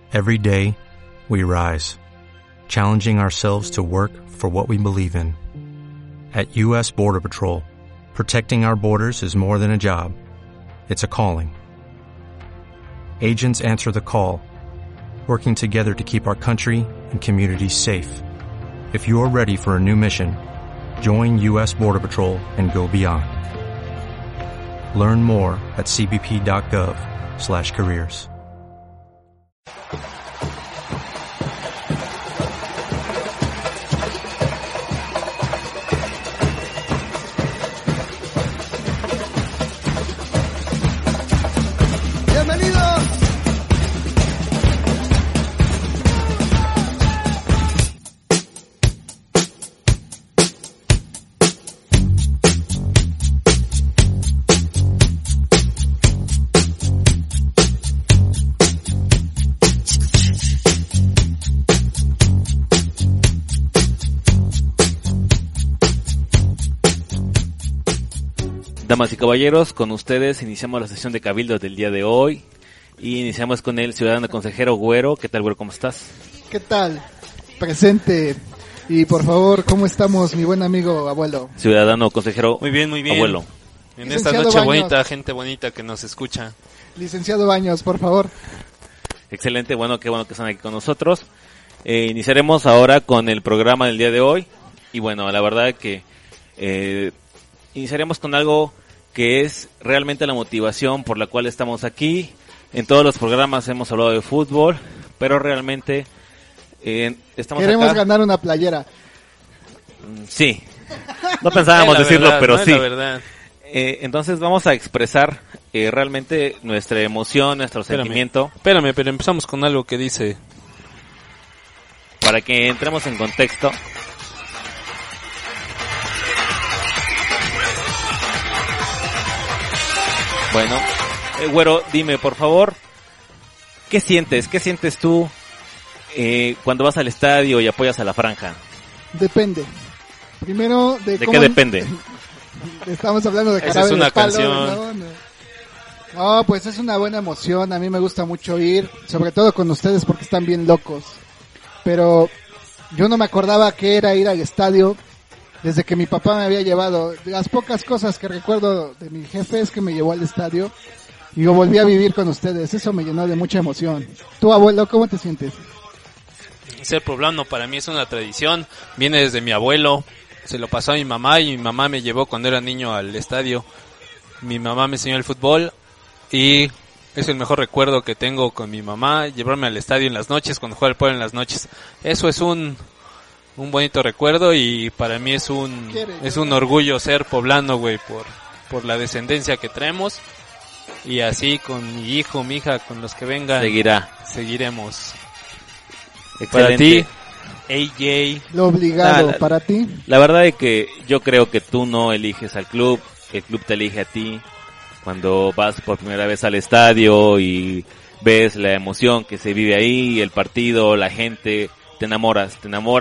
Every day, we rise, challenging ourselves to work for what we believe in. At U.S. Border Patrol, protecting our borders is more than a job. It's a calling. Agents answer the call, working together to keep our country and communities safe. If you are ready for a new mission, join U.S. Border Patrol and go beyond. Learn more at cbp.gov/careers. Damas y caballeros, con ustedes iniciamos la sesión de Cabildo del día de hoy y iniciamos con el ciudadano consejero Güero. ¿Qué tal, Güero? ¿Cómo estás? ¿Qué tal? Presente. Y por favor, ¿cómo estamos, mi buen amigo abuelo? Ciudadano consejero. Muy bien, abuelo. En esta noche bonita, gente bonita que nos escucha. Licenciado Baños, por favor. Excelente, qué bueno que están aquí con nosotros. Iniciaremos ahora con el programa del día de hoy. Y bueno, la verdad que iniciaremos con algo que es realmente la motivación por la cual estamos aquí. En todos los programas hemos hablado de fútbol, pero realmente queremos ganar una playera. Sí, no pensábamos decirlo, verdad, pero no sí. La verdad. Entonces vamos a expresar realmente nuestra emoción, nuestro sentimiento. Espérame, pero empezamos con algo que dice... Para que entremos en contexto. Bueno, Güero, dime por favor, ¿qué sientes tú cuando vas al estadio y apoyas a la franja? Depende. Primero ¿De qué depende? Estamos hablando de Esa es una canción. No, pues es una buena emoción, a mí me gusta mucho ir, sobre todo con ustedes porque están bien locos. Pero yo no me acordaba qué era ir al estadio desde que mi papá me había llevado. Las pocas cosas que recuerdo de mi jefe es que me llevó al estadio y yo volví a vivir con ustedes. Eso me llenó de mucha emoción. ¿Tú, abuelo, cómo te sientes? Ser poblano para mí es una tradición. Viene desde mi abuelo. Se lo pasó a mi mamá y mi mamá me llevó cuando era niño al estadio. Mi mamá me enseñó el fútbol y es el mejor recuerdo que tengo con mi mamá. Llevarme al estadio en las noches, cuando juega el pueblo en las noches. Eso es un bonito recuerdo y para mí es un orgullo ser poblano, güey, por la descendencia que traemos. Y así con mi hijo, mi hija, con los que vengan. Seguiremos. Excelente. Para ti, AJ. Lo obligado, para ti. La verdad es que yo creo que tú no eliges al club, el club te elige a ti. Cuando vas por primera vez al estadio y ves la emoción que se vive ahí, el partido, la gente, te enamoras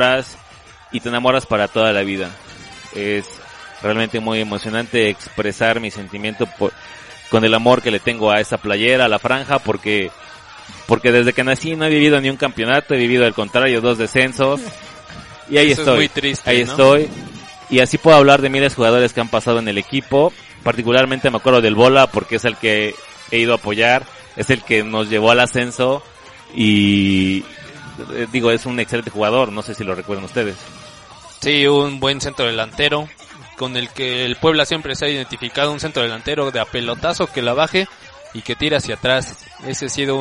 y te enamoras para toda la vida. Es realmente muy emocionante expresar mi sentimiento con el amor que le tengo a esa playera, a la franja, porque desde que nací no he vivido ni un campeonato, he vivido al contrario, 2 descensos, y ahí Eso estoy, es muy triste, ahí ¿no? estoy, y así puedo hablar de miles de jugadores que han pasado en el equipo. Particularmente me acuerdo del Bola, porque es el que he ido a apoyar, es el que nos llevó al ascenso, y digo, es un excelente jugador, no sé si lo recuerdan ustedes. Sí, un buen centro delantero, con el que el Puebla siempre se ha identificado, un centro delantero de a pelotazo que la baje y que tira hacia atrás. Ese ha sido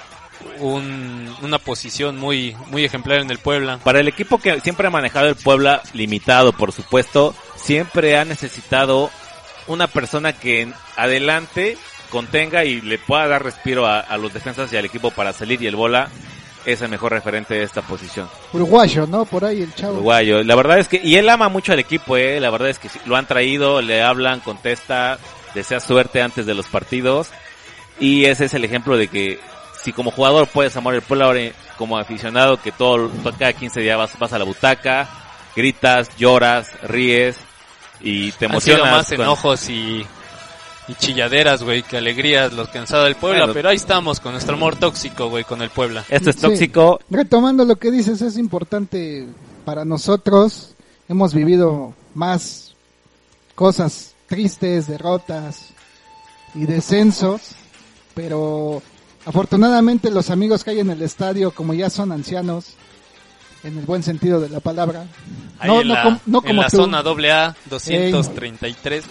una posición muy ejemplar en el Puebla. Para el equipo que siempre ha manejado el Puebla, limitado por supuesto, siempre ha necesitado una persona que en adelante contenga y le pueda dar respiro a los defensas y al equipo para salir, y el Bola es el mejor referente de esta posición. Uruguayo, ¿no? Por ahí el chavo. Uruguayo. La verdad es que, y él ama mucho al equipo, la verdad es que lo han traído, le hablan, contesta, desea suerte antes de los partidos, y ese es el ejemplo de que si como jugador puedes amar el Puebla, ahora como aficionado que cada 15 días vas a la butaca, gritas, lloras, ríes y te emocionas. Han sido más enojos y y chilladeras, güey, qué alegrías, los cansados del Puebla, Bueno. pero ahí estamos con nuestro amor tóxico, güey, con el Puebla. Esto es Sí. tóxico. Retomando lo que dices, es importante para nosotros. Hemos vivido más cosas tristes, derrotas y descensos, pero afortunadamente los amigos que hay en el estadio, como ya son ancianos, en el buen sentido de la palabra, Ahí en la, como en la tú. zona AA, 233.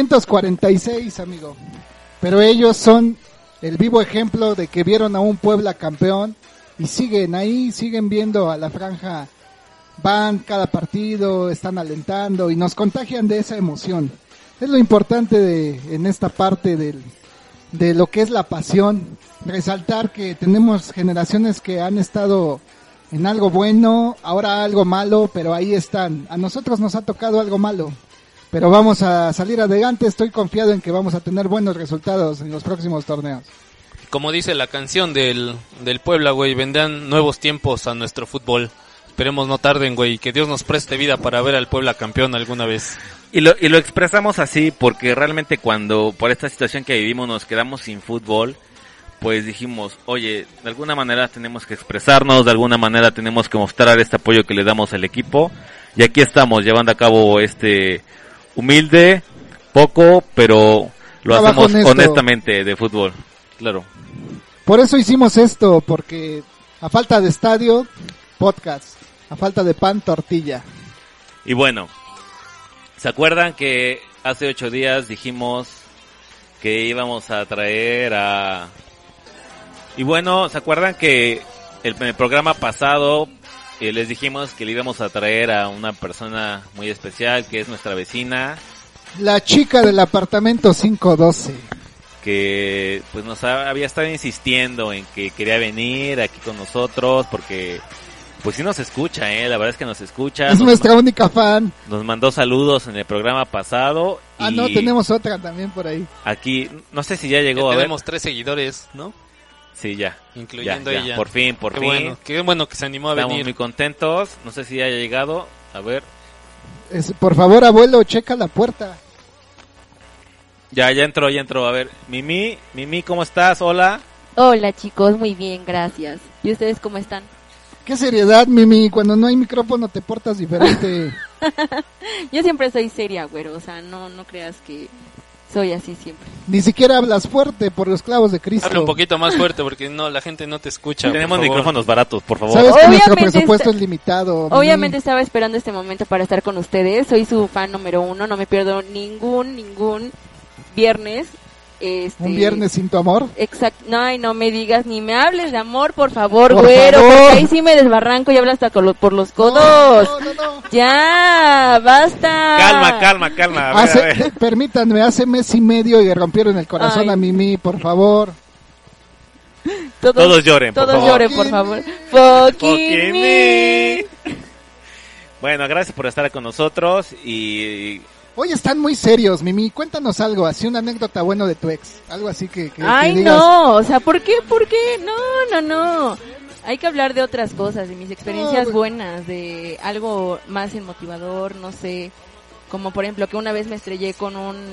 246, amigo. Pero ellos son el vivo ejemplo de que vieron a un Puebla campeón y siguen ahí, siguen viendo a la franja, van cada partido, están alentando y nos contagian de esa emoción. Es lo importante en esta parte de lo que es la pasión, resaltar que tenemos generaciones que han estado en algo bueno, ahora algo malo, pero ahí están. A nosotros nos ha tocado algo malo, pero vamos a salir adelante. Estoy confiado en que vamos a tener buenos resultados en los próximos torneos. Como dice la canción del Puebla, güey, vendrán nuevos tiempos a nuestro fútbol. Esperemos no tarden, güey, y que Dios nos preste vida para ver al Puebla campeón alguna vez. Y lo expresamos así porque realmente cuando por esta situación que vivimos nos quedamos sin fútbol, pues dijimos, oye, de alguna manera tenemos que expresarnos, de alguna manera tenemos que mostrar este apoyo que le damos al equipo. Y aquí estamos llevando a cabo este humilde, poco, pero lo Trabajo hacemos honesto. honestamente de fútbol. Claro. Por eso hicimos esto, porque a falta de estadio, podcast. A falta de pan, tortilla. Y bueno, ¿se acuerdan que hace 8 días dijimos que íbamos a traer a... Y bueno, ¿se acuerdan que en el programa pasado les dijimos que le íbamos a traer a una persona muy especial, que es nuestra vecina, La chica del apartamento 512. que pues nos había estado insistiendo en que quería venir aquí con nosotros porque pues sí nos escucha, la verdad es que nos escucha. Es nuestra única fan. Nos mandó saludos en el programa pasado. Ah, y no, tenemos otra también por ahí. aquí, no sé si ya llegó, Ya a ver. tenemos 3 seguidores, ¿no? Sí, ya. Incluyendo Ya, ella. por fin. Qué bueno que se animó a Estamos venir. muy contentos. No sé si ya haya llegado. A ver. Por favor, abuelo, checa la puerta. Ya entró. A ver, Mimi, ¿cómo estás? Hola. Hola chicos, muy bien, gracias. ¿Y ustedes cómo están? Qué seriedad, Mimi. Cuando no hay micrófono te portas diferente. Yo siempre soy seria, güero, o sea, no creas que soy así siempre. Ni siquiera hablas fuerte por los clavos de Cristo. Habla un poquito más fuerte porque no, la gente no te escucha. Tenemos por favor. micrófonos baratos, por favor. Sabes que nuestro Obviamente presupuesto está- es limitado. Mimi. Obviamente estaba esperando este momento para estar con ustedes, soy su fan número 1, no me pierdo ningún viernes. Un viernes sin tu amor. Exacto, no me digas, ni me hables de amor, por favor, Por güero, favor. porque ahí sí me desbarranco y hablo hasta por los codos. No. Ya, basta. Calma. A ver. Permítanme, hace mes y medio y le rompieron el corazón Ay. a Mimi, por favor. Todos lloren, por Todos favor. lloren, por favor. Fucking me. Bueno, gracias por estar con nosotros y Hoy están muy serios, Mimi. Cuéntanos algo, así una anécdota buena de tu ex. Algo así que Ay, digas. no, o sea, ¿por qué? No. Hay que hablar de otras cosas, de mis experiencias No, buenas, de algo más motivador, no sé. Como por ejemplo que una vez me estrellé con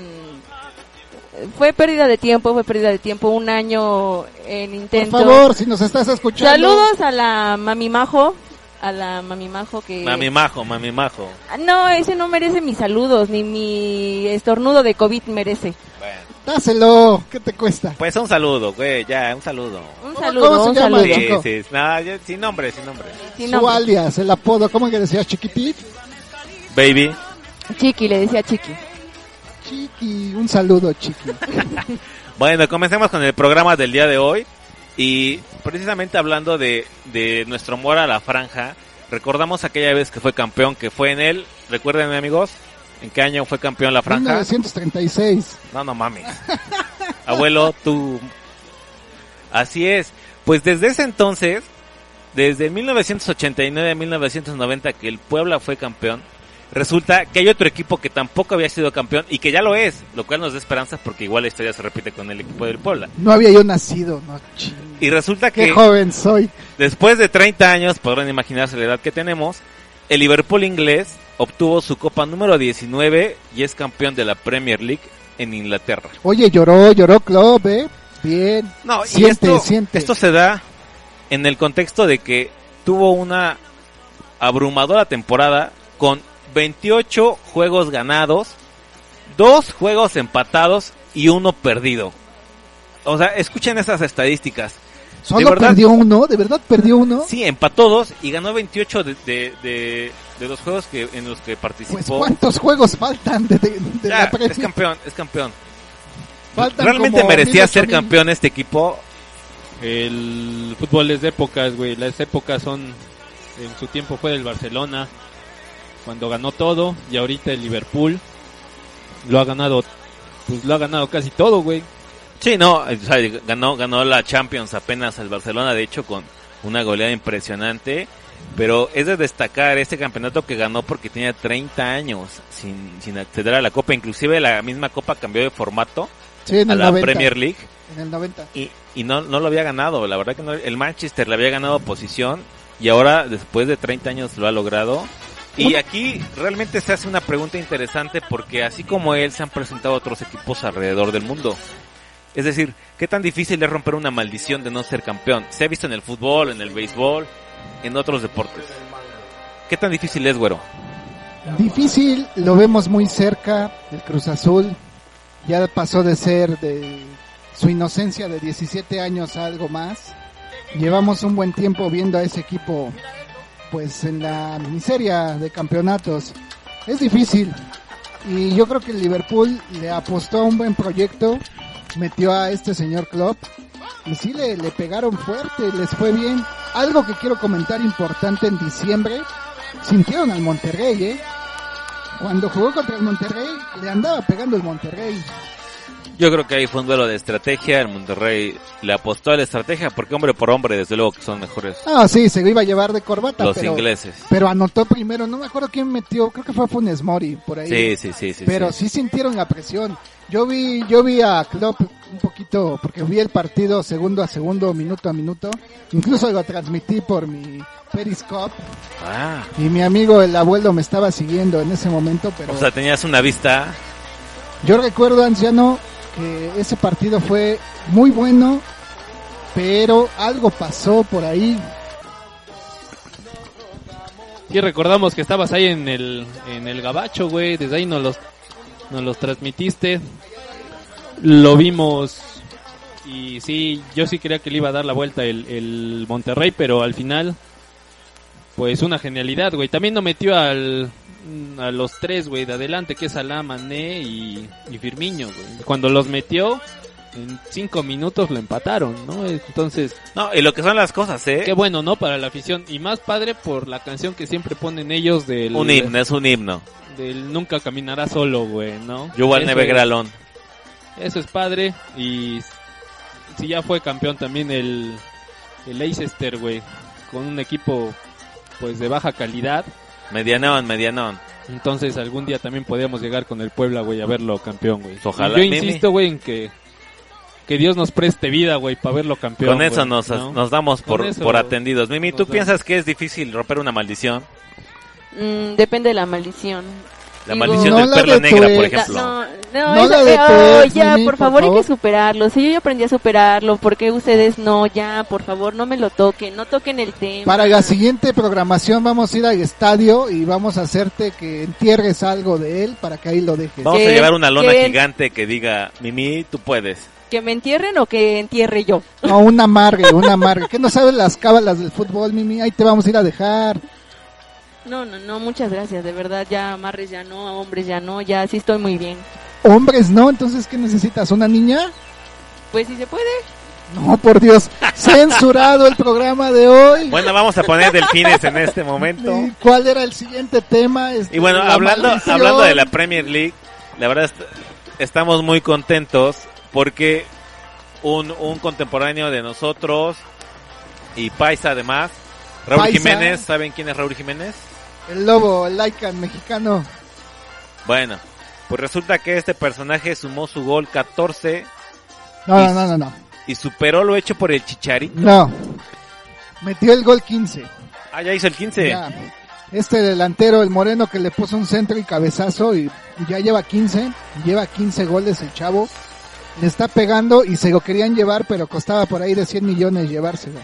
Fue pérdida de tiempo, un año en intento. Por favor, si nos estás escuchando. Saludos a la mami Majo que... Mami Majo. No, ese no merece mis saludos, ni mi estornudo de COVID merece. Bueno, Dáselo, ¿qué te cuesta? pues un saludo, güey, ya, un saludo. Un ¿Cómo saludo, se un llama? saludo. Sí, Chico. sí, no, sin nombre. Sin Su nombre. alias, el apodo, ¿cómo que decías? Chiquitit. Baby. Chiqui, le decía Chiqui. Chiqui, un saludo, Chiqui. Bueno, comencemos con el programa del día de hoy. Y precisamente hablando de nuestro amor a la franja, recordamos aquella vez que fue campeón, que fue recuérdenme amigos, ¿en qué año fue campeón la franja? 1936. No mames. Abuelo, tú. Así es. Pues desde ese entonces, desde 1989 a 1990 que el Puebla fue campeón, resulta que hay otro equipo que tampoco había sido campeón y que ya lo es, lo cual nos da esperanzas porque igual la historia se repite con el equipo del Puebla. No había yo nacido, no ching. Y resulta Qué que joven soy. después de 30 años, podrán imaginarse la edad que tenemos, el Liverpool inglés obtuvo su copa número 19 y es campeón de la Premier League en Inglaterra. Oye, lloró Klopp, bien. No, siente. Esto se da en el contexto de que tuvo una abrumadora temporada con 28 juegos ganados, 2 juegos empatados y 1 perdido. O sea, escuchen esas estadísticas. ¿Solo perdió uno? ¿De verdad perdió uno? Sí, empató 2 y ganó 28 de los juegos en los que participó. Pues ¿cuántos juegos faltan de ya, la Premier? Es campeón. Faltan ¿Realmente como merecía ser 1800. campeón este equipo? El fútbol es de épocas, güey. Las épocas son, en su tiempo fue del Barcelona, cuando ganó todo, y ahorita el Liverpool lo ha ganado casi todo, güey. Sí, no, o sea, ganó la Champions apenas al Barcelona, de hecho con una goleada impresionante, pero es de destacar este campeonato que ganó porque tenía 30 años sin acceder a la Copa, inclusive la misma Copa cambió de formato Sí, en a el la 90. Premier League En el 90. y no lo había ganado, la verdad que no, el Manchester le había ganado posición y ahora después de 30 años lo ha logrado. Y aquí realmente se hace una pregunta interesante porque así como él se han presentado otros equipos alrededor del mundo. Es decir, ¿qué tan difícil es romper una maldición de no ser campeón? Se ha visto en el fútbol, en el béisbol, en otros deportes. ¿Qué tan difícil es, güero? Difícil, lo vemos muy cerca, el Cruz Azul ya pasó de ser de su inocencia de 17 años a algo más. Llevamos un buen tiempo viendo a ese equipo pues en la miseria de campeonatos. Es difícil y yo creo que el Liverpool le apostó a un buen proyecto, metió a este señor Klopp y sí le pegaron fuerte, les fue bien. Algo que quiero comentar importante, en diciembre sintieron al Monterrey, cuando jugó contra el Monterrey le andaba pegando el Monterrey. Yo creo que ahí fue un duelo de estrategia, el Monterrey le apostó a la estrategia porque hombre por hombre desde luego que son mejores Ah, sí, se iba a llevar de corbata, los ingleses. pero anotó primero, no me acuerdo quién metió, creo que fue Funes Mori por ahí. Sí. Pero sí sintieron la presión. Yo vi a Klopp un poquito, porque vi el partido segundo a segundo, minuto a minuto. Incluso lo transmití por mi Periscope. Y mi amigo el abuelo me estaba siguiendo en ese momento, pero O sea, tenías una vista. yo recuerdo, anciano, que ese partido fue muy bueno, pero algo pasó por ahí. Sí, recordamos que estabas ahí en el Gabacho, güey. Desde ahí nos los transmitiste. Lo vimos. Y sí, yo sí creía que le iba a dar la vuelta el Monterrey, pero al final, pues una genialidad, güey. También no metió a los tres, güey, de adelante, que es Salah, Mané y Firmino, güey. Cuando los metió, en 5 minutos lo empataron, ¿no? Entonces... No, y lo que son las cosas, Qué bueno, ¿no? Para la afición. Y más padre por la canción que siempre ponen ellos del... Un himno, es un himno. Del Nunca Caminará Solo, güey, ¿no? You will Eso never es- get alone. Eso es padre. Y si ya fue campeón también el Leicester, güey, con un equipo pues de baja calidad. Medianón. Entonces algún día también podríamos llegar con el Puebla, güey, a verlo campeón, güey. Ojalá, Y yo Mimi. insisto, güey, en que Dios nos preste vida, güey, para verlo campeón. Con eso güey, nos damos Con eso por atendidos. Mimi, ¿tú nos piensas que es difícil romper una maldición? Depende de la maldición. La Digo, maldición no del la Perla de tu Negra, por ex. ejemplo. No, No eso- la de tu ex, ya, Mimi, por favor, hay favor. que superarlo. Si yo ya aprendí a superarlo, ¿por qué ustedes no? Ya, por favor, no me lo toquen, no toquen el tema. Para la siguiente programación vamos a ir al estadio y vamos a hacerte que entierres algo de él para que ahí lo dejes. Vamos a ¿Qué? llevar una lona ¿Qué? gigante que diga, Mimi, tú puedes. ¿Que me entierren o que entierre yo? No, un amargue. ¿Qué no sabes las cábalas del fútbol, Mimi? Ahí te vamos a ir a dejar. No, muchas gracias, de verdad, ya amarres ya no, hombres ya no, ya sí estoy muy bien. Hombres, ¿no? Entonces, ¿qué necesitas? ¿Una niña? Pues si se puede. No, por Dios. Censurado el programa de hoy. Bueno, vamos a poner delfines en este momento. ¿Y cuál era el siguiente tema? Y bueno, La hablando maldición. de la Premier League, la verdad estamos muy contentos porque un contemporáneo de nosotros y paisa además, Raúl Paisa. Jiménez, ¿saben quién es Raúl Jiménez? El lobo, el Lycan mexicano. Bueno, pues resulta que este personaje sumó su gol 14 No. y superó lo hecho por el Chicharito. No. Metió el gol 15. Ah, ya hizo el 15. Ya. Este delantero, el moreno, que le puso un centro y cabezazo y ya lleva 15 goles el chavo. Le está pegando y se lo querían llevar, pero costaba por ahí de 100 millones llevárselo.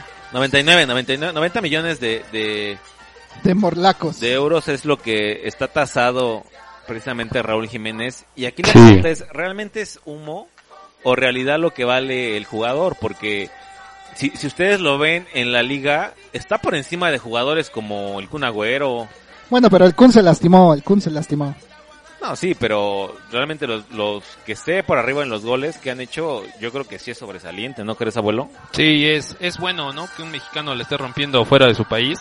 90 millones de morlacos. de euros es lo que está tasado precisamente Raúl Jiménez. Y aquí la pregunta es, ¿realmente es humo o realidad lo que vale el jugador? Porque si ustedes lo ven en la liga, está por encima de jugadores como el Kun Agüero. Bueno, pero el Kun se lastimó. No, sí, pero realmente los que esté por arriba en los goles que han hecho, yo creo que sí es sobresaliente, ¿no crees, abuelo? Sí, es bueno, ¿no? Que un mexicano le esté rompiendo fuera de su país.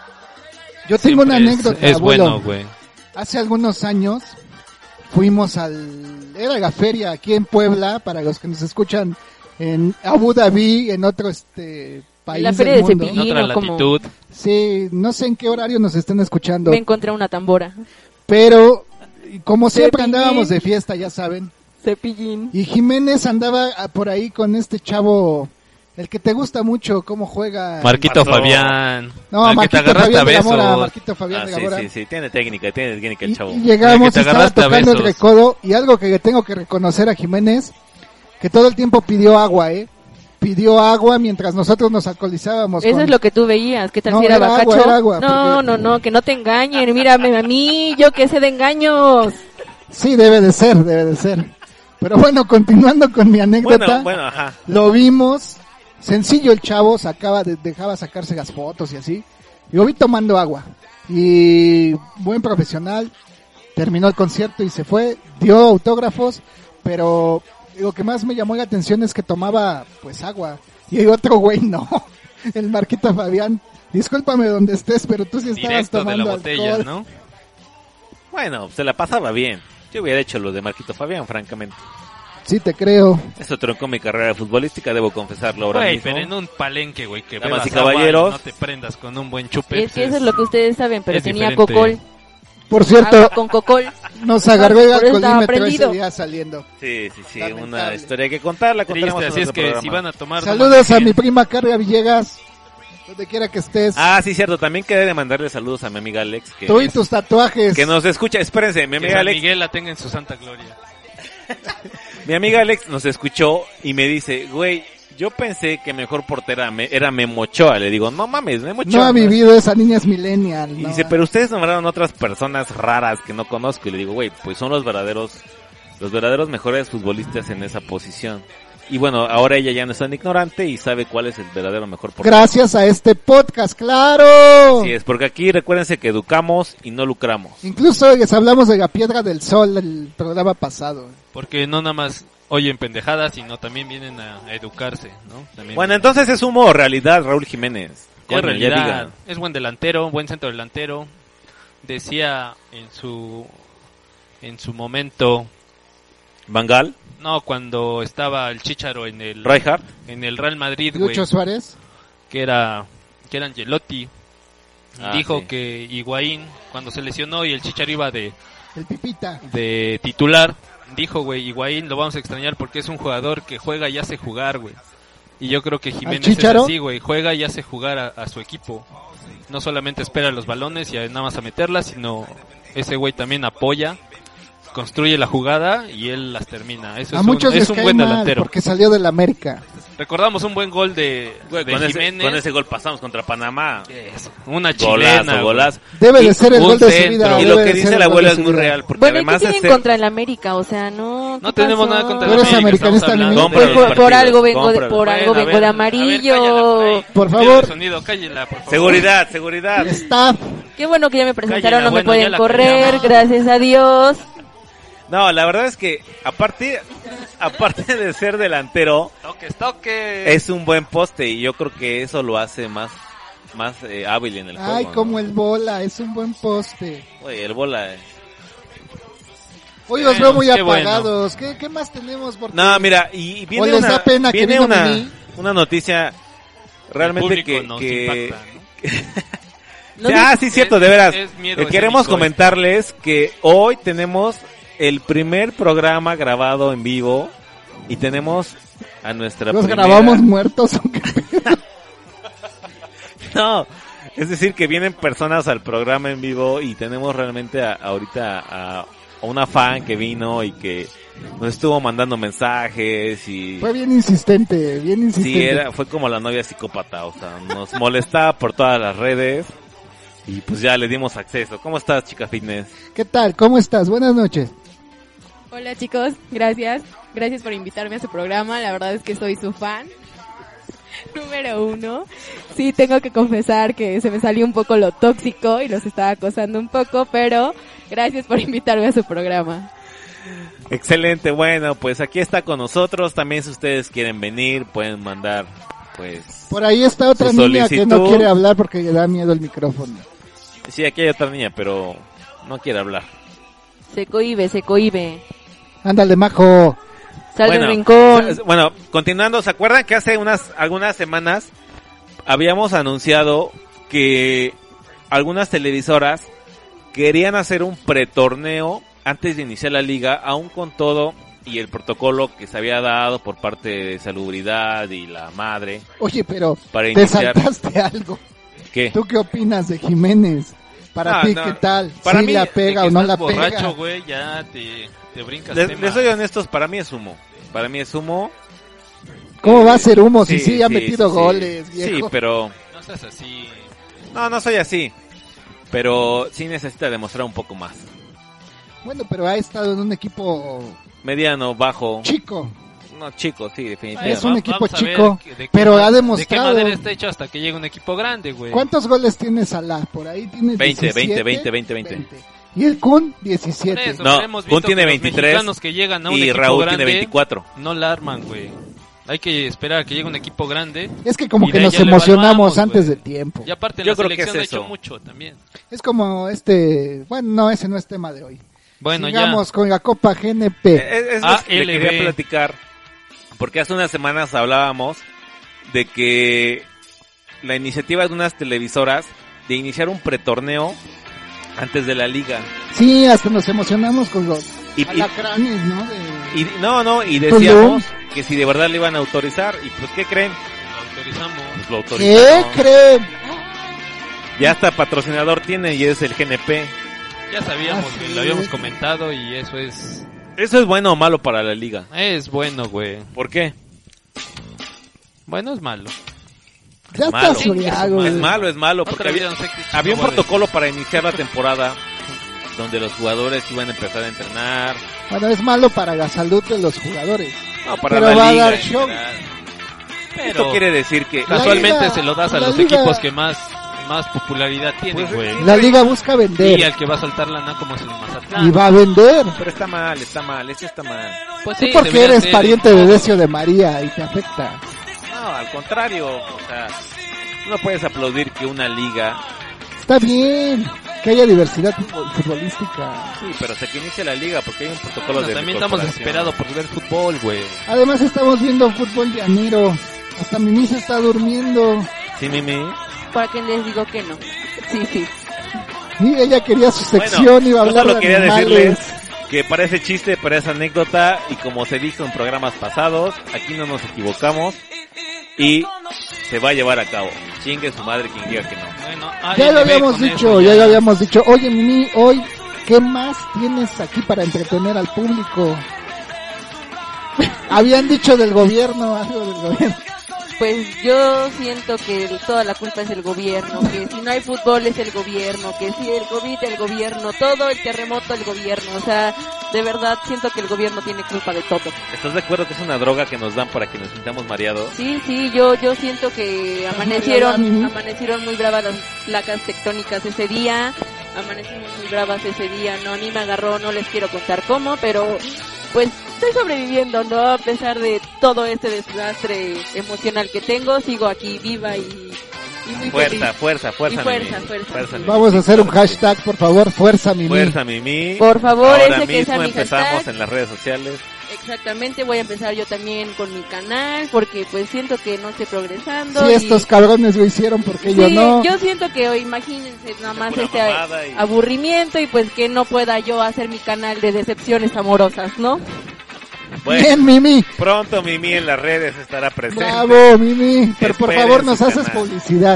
Yo tengo una anécdota, es abuelo. bueno, güey. Hace algunos años fuimos era la feria aquí en Puebla, para los que nos escuchan en Abu Dhabi, en otro país La feria del de mundo. En otra Cepillín, ¿o cómo? latitud. Sí, no sé en qué horario nos estén escuchando, Me encontré una tambora. pero como siempre Cepillín. andábamos de fiesta, ya saben. Cepillín. Y Jiménez andaba por ahí con este chavo, el que te gusta mucho, cómo juega. Marquito Pasó. Fabián. No, Al que te Marquito agarraste a Fabián de la Mora, besos. Marquito Fabián de la Mora. Sí, tiene técnica el chavo. Y llegamos El que te y estaba agarraste a tocando el besos. recodo, y algo que le tengo que reconocer a Jiménez, que todo el tiempo pidió agua, pidió agua mientras nosotros nos alcoholizábamos. Eso es lo que tú veías, ¿qué tal No, si era era agua, bacacho? era agua, No, porque- no, que no te engañen, mírame a mí, yo que sé de engaños. Sí, debe de ser. Pero bueno, continuando con mi anécdota, Bueno, ajá. lo vimos, sencillo el chavo, dejaba sacarse las fotos y así, y lo vi tomando agua, y buen profesional, terminó el concierto y se fue, dio autógrafos, pero lo que más me llamó la atención es que tomaba pues agua, y hay otro güey no, el Marquito Fabián, discúlpame donde estés, pero tú sí estabas Directo de la tomando botella, alcohol. ¿no? Bueno, se la pasaba bien. Yo hubiera hecho lo de Marquito Fabián, francamente. Sí, te creo. Eso troncó mi carrera futbolística, debo confesarlo ahora Güey, mismo. pero en un palenque, güey, que Damas bebas y agua caballeros. no te prendas con un buen chupe. Es que eso es lo que ustedes saben, pero es tenía diferente. cocol, Por cierto, agua con cocol. nos agarró el Por eso estaba alcoholímetro ese prendido. día saliendo. Sí, Lamentable. una historia que contar, la contaremos Triste, en así es otro que programa. si van a tomar... no Saludos a manejen. mi prima Carla Villegas, donde quiera que estés. Ah, sí, cierto, también quedé de mandarle saludos a mi amiga Alex, Tú y tus tatuajes. que nos escucha. Espérense, mi Que amiga San Alex, Miguel la tenga en su santa gloria. mi amiga Alex nos escuchó y me dice, güey, yo pensé que mejor portera era Memo Ochoa. Le digo, no mames, Memo Ochoa. No ha vivido, esa niña es millennial. Y no. dice, pero ustedes nombraron otras personas raras que no conozco. Y le digo, güey, pues son los verdaderos mejores futbolistas en esa posición. Y bueno, ahora ella ya no es tan ignorante y sabe cuál es el verdadero mejor portero. Gracias a este podcast, claro. Sí, es porque aquí recuérdense que educamos y no lucramos. Incluso les hablamos de la Piedra del Sol el programa pasado. Porque no nada más oyen pendejadas, sino también vienen a educarse, ¿no? También Bueno, entonces es humo o realidad, Raúl Jiménez. es Coño, ya realidad, digan. es buen delantero, buen centro delantero. Decía en su momento, Bangal, no, cuando estaba el Chícharo en el Rijkaard. Real Madrid, güey, Lucho Suárez. que era Ancelotti, Ah, dijo sí. que Higuaín cuando se lesionó y el Chícharo iba de El Pipita. titular, dijo, güey, Higuaín lo vamos a extrañar porque es un jugador que juega y hace jugar, güey. Y yo creo que Jiménez es Chícharo? así, güey, juega y hace jugar a su equipo. No solamente espera los balones y nada más a meterlas, sino ese güey también apoya, construye la jugada y él las termina. Eso A es muchos es les un cae buen mal delantero. porque salió del América. Recordamos un buen gol de Con Jiménez. ese gol pasamos contra Panamá. Una chilena, Golazo, güey. golazo. Debe Y de ser el un gol de su centro. vida. Y debe lo de que ser dice el el gol abuelo de es su muy vida. real, porque Bueno, ¿y qué además tienen contra el América? O sea, no... No ¿qué tenemos pasó? nada contra Tú el eres América, americanista, estamos mi hablando. niño. Compra los Por algo partidos, vengo de, cómpralos. por algo Bueno, vengo de a ver, amarillo. cállala, Por Mira favor. el sonido, cállela, por favor. seguridad. Staff. Qué bueno que ya me presentaron, Cállala, no me bueno, ya pueden la correr, callamos. gracias a Dios. No, la verdad es que aparte de ser delantero, Toques. es un buen poste y yo creo que eso lo hace más hábil en el juego. Ay, ¿no? como el bola, es un buen poste. Oye, el bola. Hoy los veo muy qué bueno. apagados. ¿Qué más tenemos? Porque No, mira, y O viene les da pena que viene vino una Mimi. una noticia realmente El público nos que impacta, ¿no? No ah, sé- sí, cierto, de veras. es miedo Queremos escénico comentarles que hoy tenemos el primer programa grabado en vivo y tenemos a nuestra los primera... grabamos muertos. ¿O qué? No, Es decir, que vienen personas al programa en vivo y tenemos realmente ahorita a una fan que vino y que nos estuvo mandando mensajes y... Fue bien insistente, bien insistente. Sí, fue como la novia psicópata, o sea, nos molestaba por todas las redes y pues ya le dimos acceso. ¿Cómo estás, chica fitness? ¿Qué tal? ¿Cómo estás? Buenas noches. Hola chicos, gracias por invitarme a su programa, la verdad es que soy su fan. Número 1. Sí, tengo que confesar que se me salió un poco lo tóxico y los estaba acosando un poco, pero gracias por invitarme a su programa. Excelente, bueno, pues aquí está con nosotros. También si ustedes quieren venir, pueden mandar, pues... Por ahí está otra su niña que no quiere hablar porque le da miedo el micrófono. Sí, aquí hay otra niña, pero no quiere hablar. Se cohíbe. Ándale, majo. Sal del rincón. Bueno, continuando, ¿se acuerdan que hace algunas semanas habíamos anunciado que algunas televisoras querían hacer un pretorneo antes de iniciar la liga, aún con todo y el protocolo que se había dado por parte de Salubridad y la madre? Oye, pero para te iniciar... saltaste algo. ¿Qué? ¿Tú qué opinas de Jiménez? Para ti, ¿qué tal? Para ¿Sí mí, la pega o no la borracho, pega? güey, ya te brincas Les soy honestos, para mí es humo. ¿Cómo va a ser humo si Sí, sí ha sí, metido sí, goles, sí, viejo? pero... No seas así. No soy así. Pero sí necesita demostrar un poco más. Bueno, pero ha estado en un equipo Mediano, bajo. chico. No, chico, sí, definitivamente. Es un equipo Vamos a ver chico, de qué pero ha ¿De qué demostrado. madera está hecho hasta que llegue un equipo grande, güey? ¿Cuántos goles tiene Salah? Por ahí tiene 20. 20. Y el Kun, 17. Por eso, No, pero hemos Kun visto tiene que los 23 mexicanos que llegan a un y equipo Raúl grande, tiene 24. No la arman, güey. Hay que esperar a que llegue un equipo grande. Es que como Y que de ahí nos ya lo emocionamos evaluamos, antes güey. de tiempo. Y aparte Yo la creo que selección ha es hecho eso. mucho también. Es como bueno, no, ese no es tema de hoy. Bueno, Sigamos con la Copa GNP. Es lo que le quería platicar. Porque hace unas semanas hablábamos de que la iniciativa de unas televisoras de iniciar un pretorneo antes de la liga. Sí, hasta nos emocionamos con los Y- alacranes, ¿no? Y decíamos que si de verdad le iban a autorizar. Y pues, ¿qué creen? Lo autorizamos. Pues lo ¿Qué autorizaron. creen? Ya hasta patrocinador tiene y es el GNP. Ya sabíamos Así que lo habíamos es. comentado y eso es ¿Eso es bueno o malo para la liga? bueno, güey. ¿Por qué? Bueno, es malo. Ya malo. está Soriago. Es malo porque Otra había, vida, no sé qué había un chingo protocolo para iniciar la temporada donde los jugadores iban a empezar a entrenar. Bueno, es malo para la salud de los jugadores. No, para Pero la va a liga dar en show. general. Pero Esto quiere decir que... La casualmente liga- se lo das a la los liga- equipos que más popularidad tienen, Pues, güey. La liga busca Y vender al que va a saltar lana como es el Mazatlán. y va a vender. Pero está mal, eso está mal. Pues Tú sí, porque debería eres ser pariente en de todo. Decio de María y te afecta. No, al contrario, o sea, no puedes aplaudir que una liga... Está bien que haya diversidad futbolística. Sí, pero hasta que inicie la liga, porque hay un protocolo Bueno, de también estamos incorporación. desesperados por ver fútbol, güey. Además estamos viendo fútbol llanero. Hasta Mimi se está durmiendo. Sí, Mimi. ¿Para qué les digo que no? Sí. Y ella quería su sección, Bueno, iba a yo hablar solo de quería animales. decirles que parece chiste, para esa anécdota, y como se dijo en programas pasados, aquí no nos equivocamos, y se va a llevar a cabo. Chingue su madre quien diga que no. Bueno, Ya lo ALB habíamos con dicho, eso, ya lo habíamos dicho. Oye, Mimi, hoy, ¿qué más tienes aquí para entretener al público? Habían dicho del gobierno, algo del gobierno. Pues yo siento que toda la culpa es el gobierno, que si no hay fútbol es el gobierno, que si el COVID el gobierno, todo el terremoto el gobierno, o sea, de verdad siento que el gobierno tiene culpa de todo. ¿Estás de acuerdo que es una droga que nos dan para que nos sintamos mareados? Sí, yo siento que amanecieron muy bravas las placas tectónicas ese día, amanecimos muy bravas ese día, no, a mí me agarró, no les quiero contar cómo, pero pues estoy sobreviviendo, ¿no? A pesar de todo este desastre emocional que tengo, sigo aquí viva y muy feliz. Fuerza, Y fuerza, Mimi. fuerza. Mimi. Vamos a hacer un hashtag, por favor, fuerza Mimi. Fuerza, Mimi. Por favor, Ahora ese que sea mismo mi empezamos hashtag. en las redes sociales. Exactamente, voy a empezar yo también con mi canal, porque pues siento que no estoy progresando. Si y- estos cabrones lo hicieron, porque yo Sí, no. yo siento que imagínense nada más Pura este mamada y- aburrimiento y pues que no pueda yo hacer mi canal de decepciones amorosas, ¿no? Bueno, Bien, Mimi. pronto Mimi en las redes estará presente. Bravo, Mimi. Pero por Esperen favor su nos haces canal. publicidad.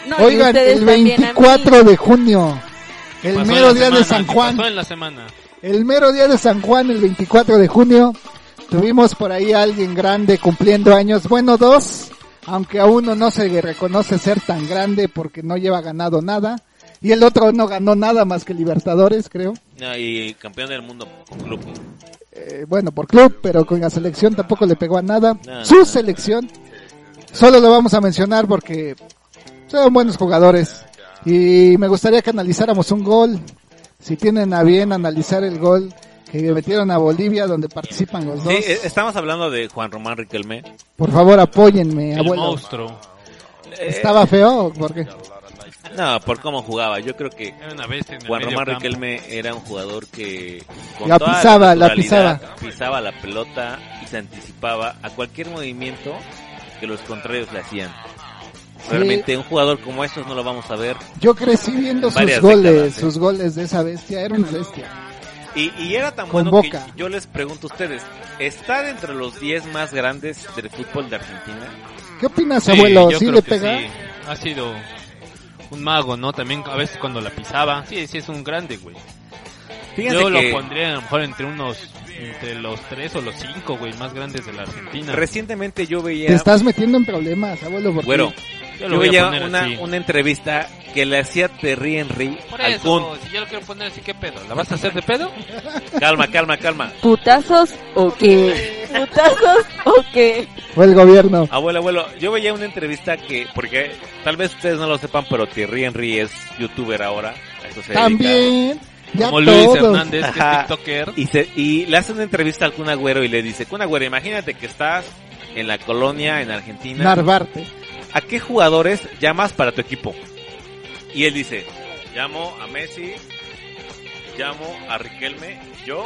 No, y Oigan, ustedes el también a mí. 24 de junio, el Pasó mero en la día de semana, San Juan, pasó en la semana. el mero día de San Juan, el 24 de junio, tuvimos por ahí a alguien grande cumpliendo años, bueno, 2, aunque a uno no se le reconoce ser tan grande porque no lleva ganado nada, y el otro no ganó nada más que Libertadores, creo. No, y campeón del mundo con club. Bueno, por club, pero con la selección tampoco le pegó a nada. No, Su no. selección, solo lo vamos a mencionar porque son buenos jugadores. Y me gustaría que analizáramos un gol. Si tienen a bien analizar el gol que metieron a Bolivia, donde participan los dos. Sí, estamos hablando de Juan Román Riquelme. Por favor, apóyenme, El abuelo. monstruo. ¿Estaba feo o por qué? No, por cómo jugaba. Yo creo que Era una bestia en el Juan medio Román campo. Riquelme era un jugador que con La toda pisaba, la naturalidad pisaba la pelota y se anticipaba a cualquier movimiento que los contrarios le hacían. Realmente un jugador como estos no lo vamos a ver. Yo crecí viendo sus Varias goles, décadas, sus goles de esa bestia, era una bestia. Y era tan Con bueno que Boca. yo les pregunto a ustedes, ¿está entre los 10 más grandes del fútbol de Argentina? ¿Qué opinas, Sí, abuelo? yo ¿Sí creo le que pega? sí. Ha sido un mago, ¿no? También a veces cuando la pisaba. Sí, sí es un grande, güey. Fíjense Yo que lo pondría a lo mejor entre los 3 o los 5, güey, más grandes de la Argentina. recientemente yo Te veía, estás metiendo en problemas, abuelo. Porque bueno, Yo lo yo voy a veía poner así. una entrevista que le hacía Thierry Henry Por al eso, Kun. si yo lo quiero poner así, ¿qué pedo? ¿La vas a hacer de pedo? Calma. ¿Putazos o qué? ¿Putazos o qué? fue el gobierno. Abuelo, yo veía una entrevista que, porque tal vez ustedes no lo sepan, pero Thierry Henry es youtuber ahora. A eso se dedica. También, ya Como Luis todos. Hernández, que es Ajá. tiktoker. Y le hace una entrevista al Kun Agüero y le dice, Kun Agüero, imagínate que estás en la colonia, en Argentina. Narvarte. ¿A qué jugadores llamas para tu equipo? Y él dice, llamo a Messi, llamo a Riquelme, yo,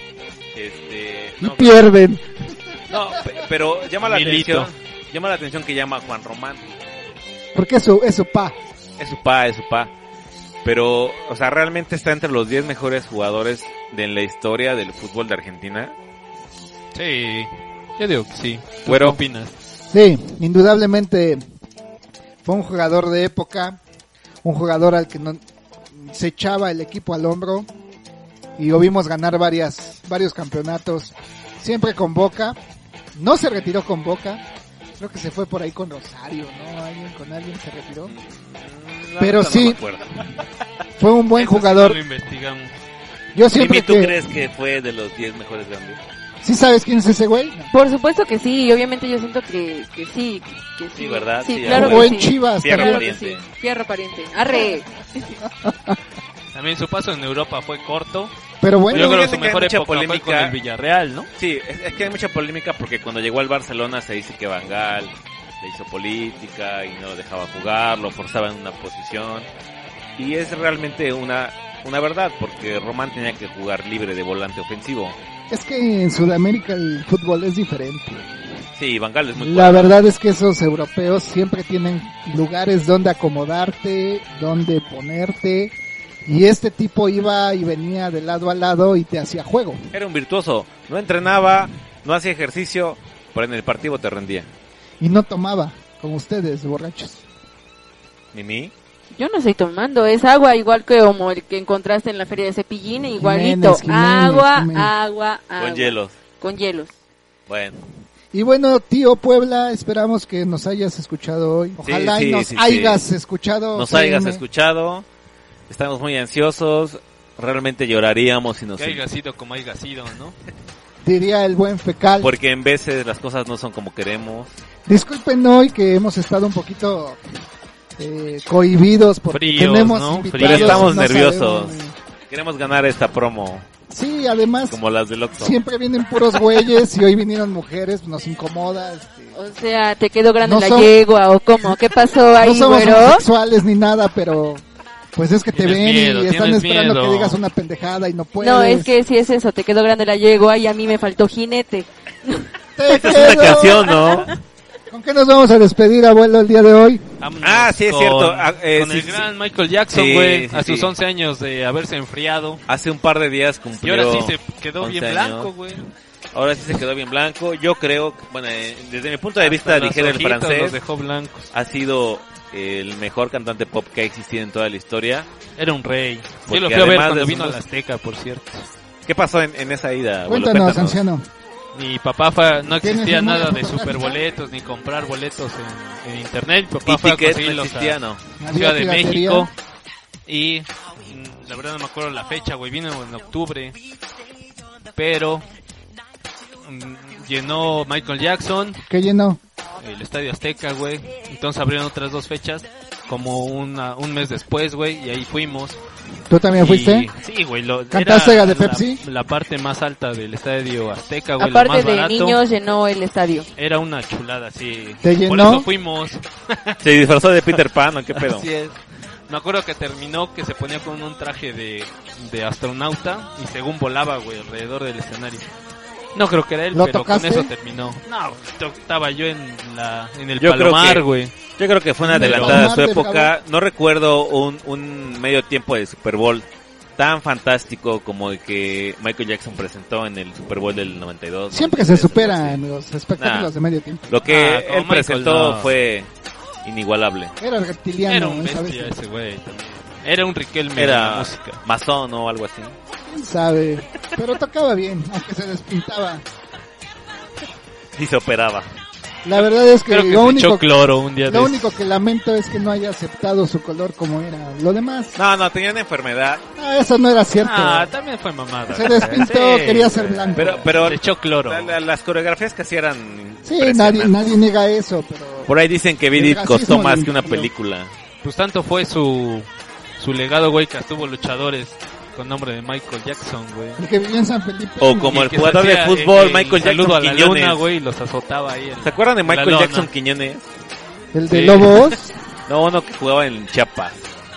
Y no, pierden. pero llama la Milito. atención que llama a Juan Román. Porque es su pa. Es su pa. Pero, o sea, realmente está entre los 10 mejores jugadores de la historia del fútbol de Argentina. Sí, yo digo que sí. ¿Tú Güero. qué opinas? Sí, indudablemente fue un jugador de época. Un jugador al que no, se echaba el equipo al hombro. Y lo vimos ganar varios campeonatos. Siempre con Boca. No se retiró con Boca. Creo que se fue por ahí con Rosario, ¿no? Con alguien se retiró. Pero No sí, me acuerdo. fue un buen Eso sí jugador. no lo investigamos. Yo siempre Jimmy, ¿tú que... crees que fue de los 10 mejores grandes? ¿Sí sabes quién es ese güey? No. Por supuesto que sí, y obviamente yo siento que sí, que sí. Sí, ¿verdad? Sí, Sí, claro Jugó que en sí. Chivas Fierro Claro también. que sí. pariente. Fierro pariente. Arre. También su paso en Europa fue corto. Pero bueno, Yo creo que fíjate su que hay mejor mucha época fue polémica. con el Villarreal, ¿no? Sí, es que hay mucha polémica porque cuando llegó al Barcelona se dice que Van Gaal le hizo política y no lo dejaba jugar, lo forzaba en una posición. Y es realmente una verdad, porque Román tenía que jugar libre de volante ofensivo. es que en Sudamérica el fútbol es diferente. Sí, Van Gaal es muy La bueno. verdad es que esos europeos siempre tienen lugares donde acomodarte, donde ponerte. Y este tipo iba y venía de lado a lado y te hacía juego. Era un virtuoso, no entrenaba, no hacía ejercicio, pero en el partido te rendía. Y no tomaba, como ustedes, borrachos. Mimi, Yo no estoy tomando, es agua igual que como el que encontraste en la feria de Cepillín, igualito. Jiménez, agua, Jiménez. agua. con hielos. Con hielos. Bueno, Y bueno, tío Puebla, esperamos que nos hayas escuchado hoy. Ojalá Sí, y sí, nos sí, hayas escuchado. nos hayas CM. escuchado, estamos muy ansiosos, realmente lloraríamos si nos... Que haya sido como haya sido, ¿no? Diría el buen Fecal. Porque en veces las cosas no son como queremos. Disculpen hoy que hemos estado un poquito cohibidos porque Fríos, tenemos ¿no? invitados. Pero estamos y no nerviosos. sabemos. Queremos ganar esta promo, Sí, además como las del Oxxo. siempre vienen puros güeyes y hoy vinieron mujeres, nos incomoda. O sea, ¿te quedó grande No la son- yegua o cómo? ¿Qué pasó ahí, No somos güero? homosexuales ni nada, pero pues es que te Tienes ven miedo, y están tienes esperando miedo. que digas una pendejada y no puedes. No, es que si es eso, te quedó grande la yegua y a mí me faltó jinete. Te Esta es una quedó. canción, ¿no? ¿Con qué nos vamos a despedir, abuelo, el día de hoy? Vámonos Ah, sí, es cierto. Ah, con sí, el sí, gran Michael Jackson, Sí, güey, sí, a sus sí. 11 años de haberse enfriado. Hace un par de días Y cumplió... ahora sí se quedó 11 bien años. blanco, güey. Ahora sí se quedó bien blanco. Yo creo, bueno, desde mi punto de vista, Hasta las dijera el hojitas francés, los dejó blancos. ha sido el mejor cantante pop que ha existido en toda la historia. Era un rey. Porque Yo lo fui a ver además cuando de vino a sus- la Azteca, por cierto. ¿Qué pasó en esa ida? abuelo? Cuéntanos, Cuéntanos. anciano. Mi papá no ¿Tienes existía memoria nada de fotográfica? superboletos ni comprar boletos en internet. Mi papá Y fue a ticket no conseguirlos existía, a ¿no? Había Ciudad de piratería. México y la verdad no me acuerdo la fecha, güey, vino en octubre, pero llenó Michael Jackson ¿Qué llenó? el Estadio Azteca, güey. Entonces abrieron otras 2 fechas como un mes después, güey, y ahí fuimos. ¿Tú también fuiste? Sí, güey. ¿Cantaste era la de Pepsi? La parte más alta del Estadio Azteca, güey, lo Aparte más de barato. niños, llenó el estadio. Era una chulada, sí. ¿Te Por llenó? eso fuimos. Se disfrazó de Peter Pan, ¿o qué pedo? Así es. Me acuerdo que terminó que se ponía con un traje de astronauta y según volaba, güey, alrededor del escenario. No creo que era él, ¿Lo pero tocaste? con eso terminó. No, estaba yo en el Yo creo Palomar, que- güey. Yo creo que fue una Pero adelantada de su Omar del época. No recuerdo un medio tiempo de Super Bowl tan fantástico como el que Michael Jackson presentó en el Super Bowl del 92. Siempre se 93, superan algo los espectáculos Nah. de medio tiempo. así. Lo que como él Michael, presentó no. fue inigualable. Era reptiliano. Era un esa bestia vez. ese güey también. Era un Riquelme de la Era música. masón o algo así. ¿Quién sabe? Pero tocaba bien, aunque se despintaba. Y se operaba. La verdad es que Creo que lo se único echó cloro un día de Lo esos. único que lamento es que no haya aceptado su color como era. Lo demás, No, tenía una enfermedad. eso no era cierto. Ah, también fue mamada. Se despintó, quería ser blanco. Pero Se echó cloro. las coreografías que hacían eran Sí, impresionantes. nadie niega eso, pero Por ahí dicen que El Vidit racismo costó más le que una influyó. película. Pues tanto fue su legado, güey, que tuvo luchadores con nombre de Michael Jackson, güey. el que vivía en San Felipe. O como el que jugador se de hacía, fútbol, Michael saludo Jackson a la luna, Quiñones. güey, y los azotaba ahí. ¿Se acuerdan de la Michael lona. Jackson Quiñones? El de Sí. Lobos. No, uno que jugaba en Chiapas.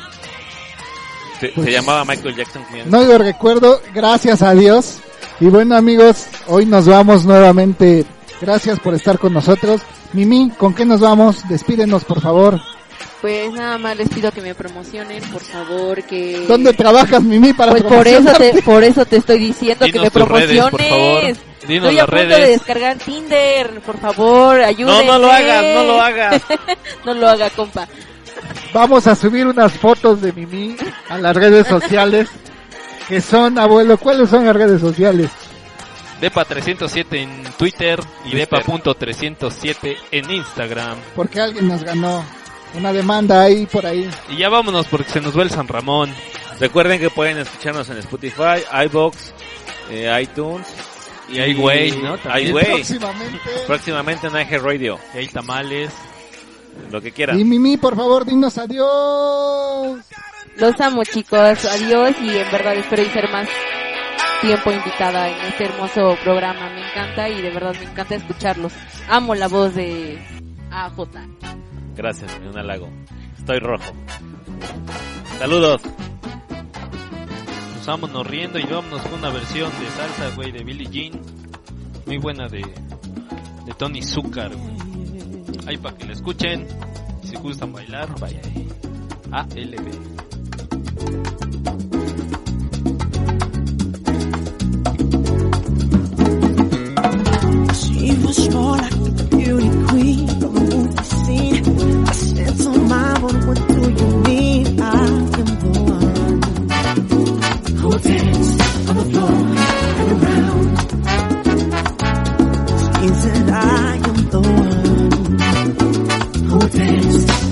Se Pues- llamaba Michael Jackson Quiñones. No lo recuerdo, gracias a Dios. Y bueno, amigos, hoy nos vamos nuevamente. Gracias por estar con nosotros. Mimi, ¿con qué nos vamos? Despídenos, por favor. Pues nada más les pido que me promocionen, por favor, que... ¿Dónde trabajas, Mimi, para Pues por promocionarte? eso te estoy diciendo que Dinos me tus redes, promociones. por favor. Dinos Estoy a las punto redes. de descargar Tinder, por favor, ayúdenme. No lo hagas, no lo hagas. No lo haga, compa. Vamos a subir unas fotos de Mimi a las redes sociales. Que son, abuelo, ¿cuáles son las redes sociales? Depa 307 en Twitter y Twitter. Depa.307 en Instagram. Porque alguien nos ganó una demanda ahí por ahí. Y ya vámonos porque se nos va el San Ramón. Recuerden que pueden escucharnos en Spotify, iVoox, iTunes. Y hay güey, ¿no? También. iWay. Próximamente. Próximamente en iHeart Radio. Y hay tamales. Lo que quieran. Y Mimi, por favor, dinos adiós. Los amo, chicos. Adiós y en verdad espero ser más tiempo invitada en este hermoso programa. Me encanta y de verdad me encanta escucharlos. Amo la voz de AJ. Gracias, un halago. Estoy rojo. Saludos. Pues vámonos riendo y vámonos con una versión de salsa, güey, de Billie Jean. Muy buena de Tony Zucker, güey. Ahí para que la escuchen. Si gustan bailar, vaya ahí. ALB. She was more like the beauty queen from a movie scene. I said to mama, what do you need? I am the one who will dance on the floor and around. She said I am the one who will dance